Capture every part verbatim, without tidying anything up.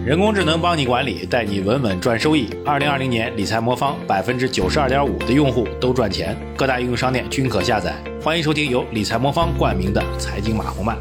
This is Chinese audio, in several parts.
人工智能帮你管理，带你稳稳赚收益。二零二零年理财魔方百分之九十二点五的用户都赚钱，各大应用商店均可下载。欢迎收听由理财魔方冠名的财经马红漫。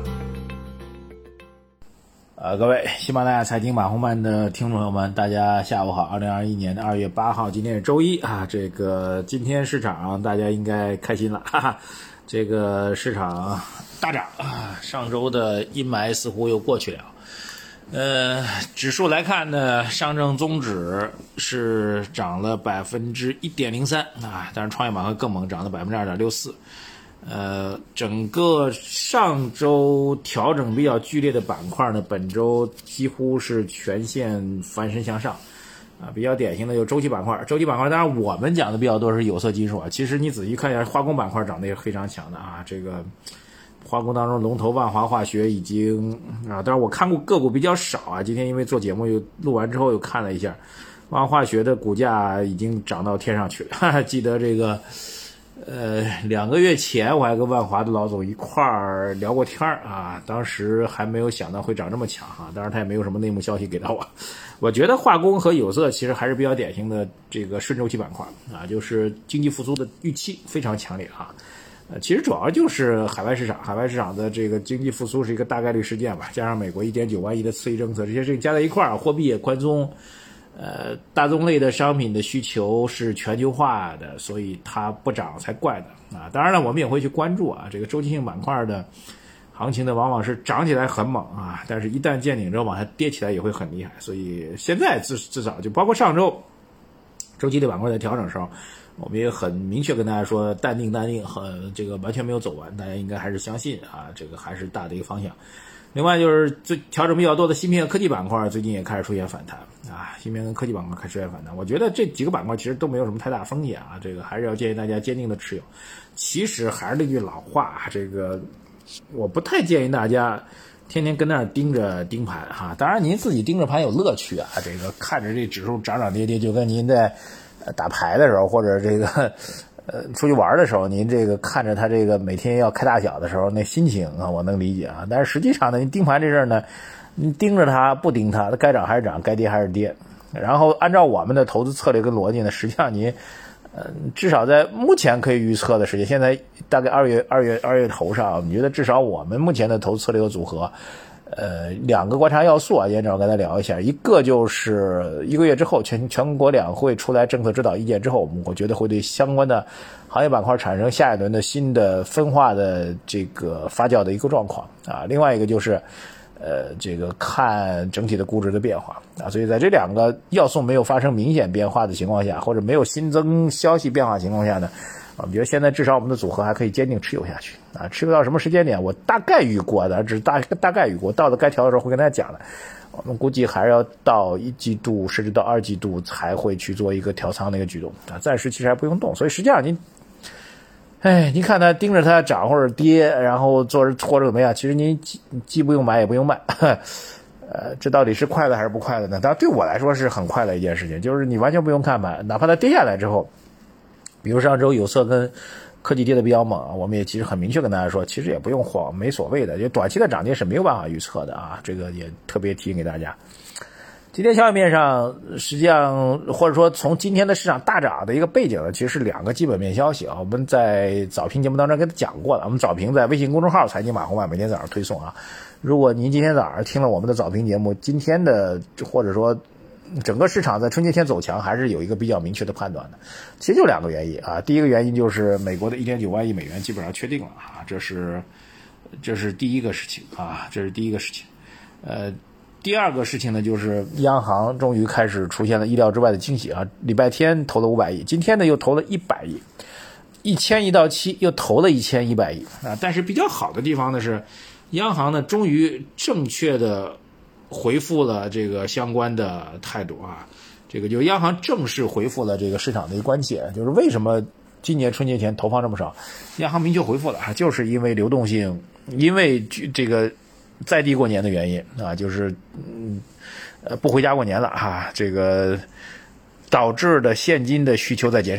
呃，各位喜马拉雅财经马红漫的听众朋友们，大家下午好。二零二一年的二月八号，今天是周一啊。这个今天市场大家应该开心了，哈哈。这个市场大涨啊，上周的阴霾似乎又过去了。呃，指数来看呢，上证综指是涨了百分之一点零三啊，但是创业板会更猛，涨了百分之二点六四。呃，整个上周调整比较剧烈的板块呢，本周几乎是全线翻身向上啊。比较典型的有周期板块，周期板块当然我们讲的比较多是有色金属啊，其实你仔细看一下，化工板块涨得也非常强的啊，这个。化工当中，龙头万华化学已经啊，当然我看过个股比较少啊。今天因为做节目又录完之后又看了一下，万华化学的股价已经涨到天上去了。哈哈，记得这个，呃，两个月前我还跟万华的老总一块儿聊过天啊，当时还没有想到会涨这么强啊。当然他也没有什么内幕消息给到我。我觉得化工和有色其实还是比较典型的这个顺周期板块啊，就是经济复苏的预期非常强烈啊。呃，其实主要就是海外市场，海外市场的这个经济复苏是一个大概率事件吧，加上美国 一点九万亿的刺激政策，这些事情加在一块儿，货币也宽松，呃，大宗类的商品的需求是全球化的，所以它不涨才怪的啊。当然了，我们也会去关注啊，这个周期性板块的行情呢，往往是涨起来很猛啊，但是一旦见顶之后往下跌起来也会很厉害，所以现在至至少就包括上周周期的板块在调整的时候。我们也很明确跟大家说，淡定淡定，很这个完全没有走完，大家应该还是相信啊，这个还是大的一个方向。另外就是最调整比较多的芯片和科技板块，最近也开始出现反弹啊，芯片跟科技板块开始出现反弹。我觉得这几个板块其实都没有什么太大风险啊，这个还是要建议大家坚定的持有。其实还是那句老话，这个我不太建议大家天天跟那儿盯着盯盘哈、啊。当然您自己盯着盘有乐趣啊，这个看着这指数涨涨跌跌，就跟您在打牌的时候，或者这个呃出去玩的时候，您这个看着它这个每天要开大小的时候，那心情啊，我能理解啊。但是实际上呢，你盯盘这事儿呢，你盯着它不盯它，它该涨还是涨，该跌还是跌。然后按照我们的投资策略跟逻辑呢，实际上您呃至少在目前可以预测的时间，现在大概二月二月二月头上，你觉得至少我们目前的投资策略和组合。呃，两个观察要素啊，今天正好跟大家聊一下。一个就是一个月之后，全全国两会出来政策指导意见之后，我们我觉得会对相关的行业板块产生下一轮的新的分化的这个发酵的一个状况啊。另外一个就是，呃，这个看整体的估值的变化啊。所以在这两个要素没有发生明显变化的情况下，或者没有新增消息变化情况下呢，我们觉得现在至少我们的组合还可以坚定持有下去啊，持有到什么时间点，我大概预估的，只是大大概预估，到了该调的时候会跟大家讲的。我们估计还是要到一季度甚至到二季度才会去做一个调仓的一个举动啊，暂时其实还不用动。所以实际上您，哎，您看它盯着它涨或者跌，然后做或者怎么样，其实您既既不用买也不用卖。呃，这到底是快乐还是不快乐呢？当然对我来说是很快乐一件事情，就是你完全不用看盘，哪怕它跌下来之后。比如上周有色跟科技跌的比较猛，我们也其实很明确跟大家说，其实也不用慌，没所谓的，就短期的涨跌是没有办法预测的啊，这个也特别提醒给大家。今天消息面上，实际上或者说从今天的市场大涨的一个背景呢，其实是两个基本面消息啊。我们在早评节目当中跟他讲过了，我们早评在微信公众号财经马红漫每天早上推送啊。如果您今天早上听了我们的早评节目，今天的或者说整个市场在春节前走强还是有一个比较明确的判断的，其实就两个原因啊。第一个原因就是美国的 一点九万亿美元基本上确定了啊，这是这是第一个事情啊，这是第一个事情。呃，第二个事情呢，就是央行终于开始出现了意料之外的惊喜啊，礼拜天投了五百亿，今天呢又投了一百亿，一千亿到期又投了一千一百亿啊。但是比较好的地方呢是，央行呢终于正确的回复了这个相关的态度啊，这个就央行正式回复了这个市场的一个关切，就是为什么今年春节前投放这么少，央行明确回复了啊，就是因为流动性，因为这个在地过年的原因啊，就是嗯呃不回家过年了啊，这个导致的现金的需求在减少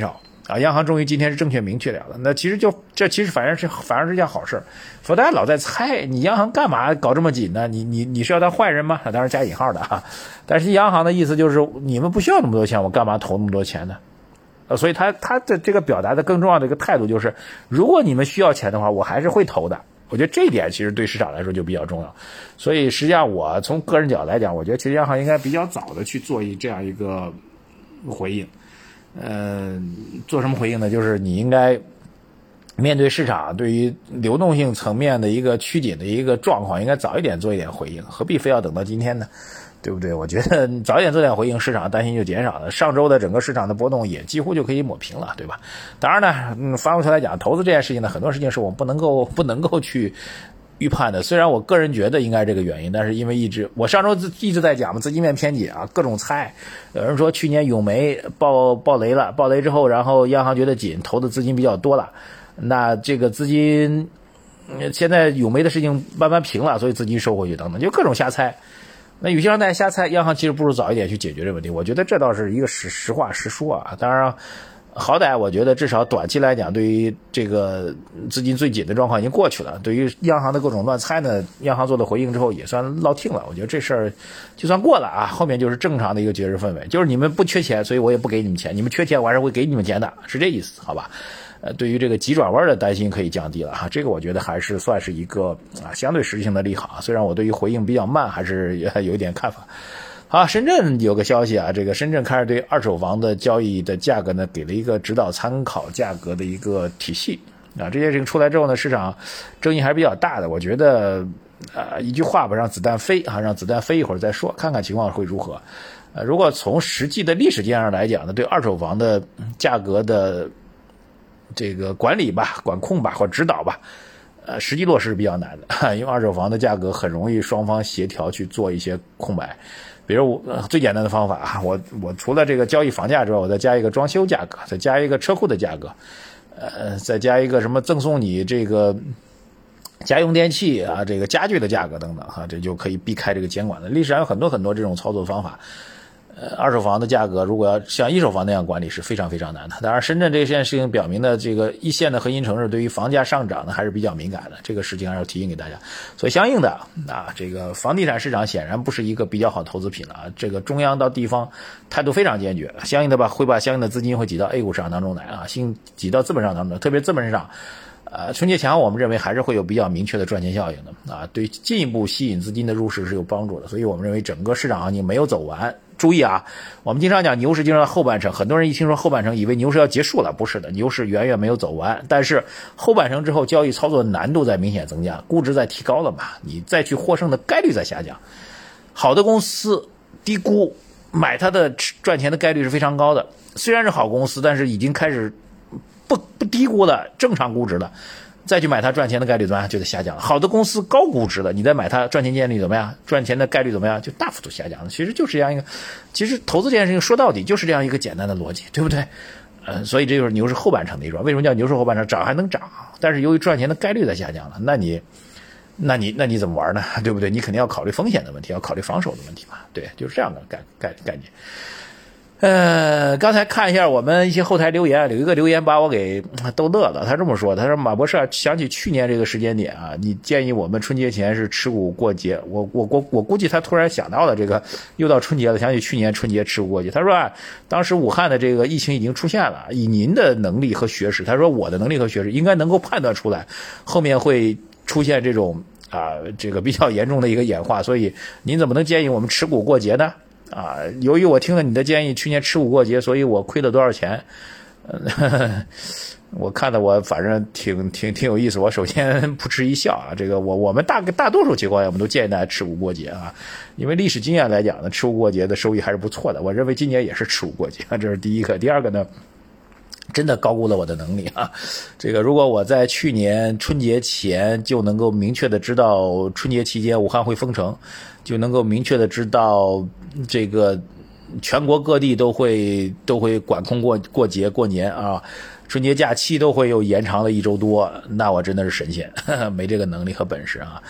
啊，央行终于今天是正确明确了的。那其实就这其实反而是反而是件好事，否则大家老在猜你央行干嘛搞这么紧呢？你你你是要当坏人吗？当然加引号的啊。但是央行的意思就是你们不需要那么多钱，我干嘛投那么多钱呢？呃，所以他他的这个表达的更重要的一个态度就是，如果你们需要钱的话，我还是会投的。我觉得这一点其实对市场来说就比较重要。所以实际上我从个人角度来讲，我觉得其实央行应该比较早的去做一这样一个回应。呃，做什么回应呢？就是你应该面对市场对于流动性层面的一个趋紧的一个状况，应该早一点做一点回应，何必非要等到今天呢？对不对？我觉得早一点做点回应，市场担心就减少了。上周的整个市场的波动也几乎就可以抹平了，对吧？当然呢，嗯，反过头来讲，投资这件事情呢，很多事情是我们不能够不能够去预判的。虽然我个人觉得应该是这个原因，但是因为一直我上周一直在讲嘛，资金面偏紧啊，各种猜。有人说去年永煤爆爆雷了，爆雷之后，然后央行觉得紧，投的资金比较多了，那这个资金现在永煤的事情慢慢平了，所以资金收回去等等，就各种瞎猜。那与其让大家瞎猜，央行其实不如早一点去解决这个问题。我觉得这倒是一个实实话实说啊。当然，好歹我觉得至少短期来讲，对于这个资金最紧的状况已经过去了。对于央行的各种乱猜呢，央行做的回应之后也算落听了。我觉得这事儿就算过了啊。后面就是正常的一个节日氛围，就是你们不缺钱，所以我也不给你们钱；你们缺钱，我还是会给你们钱的，是这意思，好吧？呃，对于这个急转弯的担心可以降低了哈，这个我觉得还是算是一个啊相对实质性的利好。虽然我对于回应比较慢，还是有一点看法。好，深圳有个消息啊，这个深圳开始对二手房的交易的价格呢，给了一个指导参考价格的一个体系啊。这件事情出来之后呢，市场争议还是比较大的。我觉得呃一句话吧，让子弹飞啊，让子弹飞一会儿再说，看看情况会如何。呃，如果从实际的历史经验上来讲呢，对二手房的价格的这个管理吧、管控吧或指导吧，呃，实际落实是比较难的，因为二手房的价格很容易双方协调去做一些空白。比如我、呃、最简单的方法啊，我我除了这个交易房价之外，我再加一个装修价格，再加一个车库的价格，呃，再加一个什么赠送你这个家用电器啊、这个家具的价格等等哈、啊，这就可以避开这个监管了。历史上有很多很多这种操作方法。呃，二手房的价格如果要像一手房那样管理是非常非常难的。当然，深圳这件事情表明的，这个一线的核心城市对于房价上涨呢还是比较敏感的，这个事情还是要提醒给大家。所以相应的啊，这个房地产市场显然不是一个比较好投资品了啊。这个中央到地方态度非常坚决，相应的吧会把相应的资金会挤到 A 股市场当中来啊，新挤到资本市场当中，特别资本市场。呃，春节前后我们认为还是会有比较明确的赚钱效应的啊，对进一步吸引资金的入市是有帮助的，所以我们认为整个市场行情没有走完。注意啊，我们经常讲牛市经常后半程，很多人一听说后半程以为牛市要结束了，不是的，牛市远远没有走完，但是后半程之后交易操作的难度在明显增加，估值在提高了嘛，你再去获胜的概率在下降。好的公司低估买它的赚钱的概率是非常高的，虽然是好公司，但是已经开始不不低估了正常估值了，再去买它赚钱的概率怎么样？就得下降了。好的公司高估值的，你再买它赚钱概率怎么样？赚钱的概率怎么样？就大幅度下降了。其实就是这样一个，其实投资这件事情说到底就是这样一个简单的逻辑，对不对？呃，所以这就是牛市后半程的一种。为什么叫牛市后半程？涨还能涨，但是由于赚钱的概率在下降了，那你，那你那你怎么玩呢？对不对？你肯定要考虑风险的问题，要考虑防守的问题嘛。对，就是这样的概概概念。呃，刚才看一下我们一些后台留言，有一个留言把我给逗乐了。他这么说，他说马博士想起去年这个时间点啊，你建议我们春节前是持股过节。我我我我估计他突然想到了这个，又到春节了，想起去年春节持股过节。他说啊，当时武汉的这个疫情已经出现了，以您的能力和学识，他说我的能力和学识应该能够判断出来，后面会出现这种啊这个比较严重的一个演化，所以您怎么能建议我们持股过节呢？啊，由于我听了你的建议，去年持股过节，所以我亏了多少钱？呃、我看的我反正挺挺挺有意思。我首先扑哧一笑啊，这个我我们大大多数情况下我们都建议大家持股过节啊，因为历史经验来讲呢，持股过节的收益还是不错的。我认为今年也是持股过节，这是第一个。第二个呢，真的高估了我的能力啊！这个如果我在去年春节前就能够明确的知道春节期间武汉会封城，就能够明确的知道这个全国各地都会都会管控过过节过年啊，春节假期都会有延长了一周多，那我真的是神仙，呵呵没这个能力和本事啊。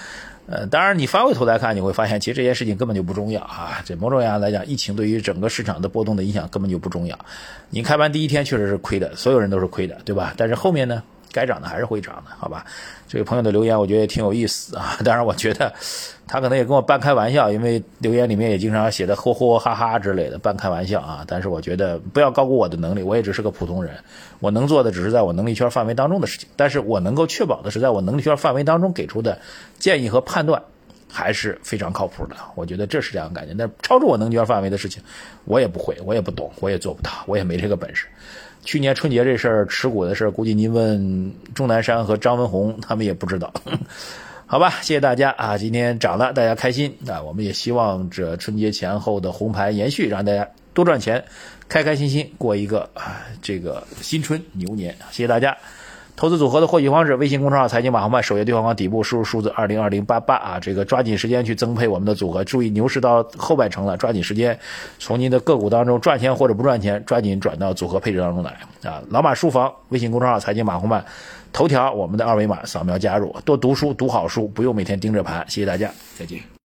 呃，当然你翻回头来看，你会发现其实这件事情根本就不重要啊。这某种意义上来讲，疫情对于整个市场的波动的影响根本就不重要。你开盘第一天确实是亏的，所有人都是亏的，对吧？但是后面呢，该涨的还是会涨的，好吧？这个朋友的留言我觉得也挺有意思啊。当然我觉得他可能也跟我半开玩笑，因为留言里面也经常写的呵呵哈哈之类的，半开玩笑啊。但是我觉得不要高估我的能力，我也只是个普通人，我能做的只是在我能力圈范围当中的事情，但是我能够确保的是在我能力圈范围当中给出的建议和判断还是非常靠谱的，我觉得这是这样感觉。但超出我能力圈范围的事情我也不会，我也不懂，我也做不到，我也没这个本事。去年春节这事儿，持股的事儿，估计您问钟南山和张文宏他们也不知道。好吧，谢谢大家啊！今天涨了，大家开心啊！我们也希望这春节前后的红盘延续，让大家多赚钱，开开心心过一个啊这个新春牛年。谢谢大家。投资组合的获取方式，微信公众号财经马红漫首页对话框底部输入数字二零二零八八啊，这个抓紧时间去增配我们的组合。注意牛市到后半程了，抓紧时间从您的个股当中赚钱或者不赚钱，抓紧转到组合配置当中来啊！老马书房微信公众号财经马红漫头条我们的二维码扫描加入，多读书读好书，不用每天盯着盘。谢谢大家，再见。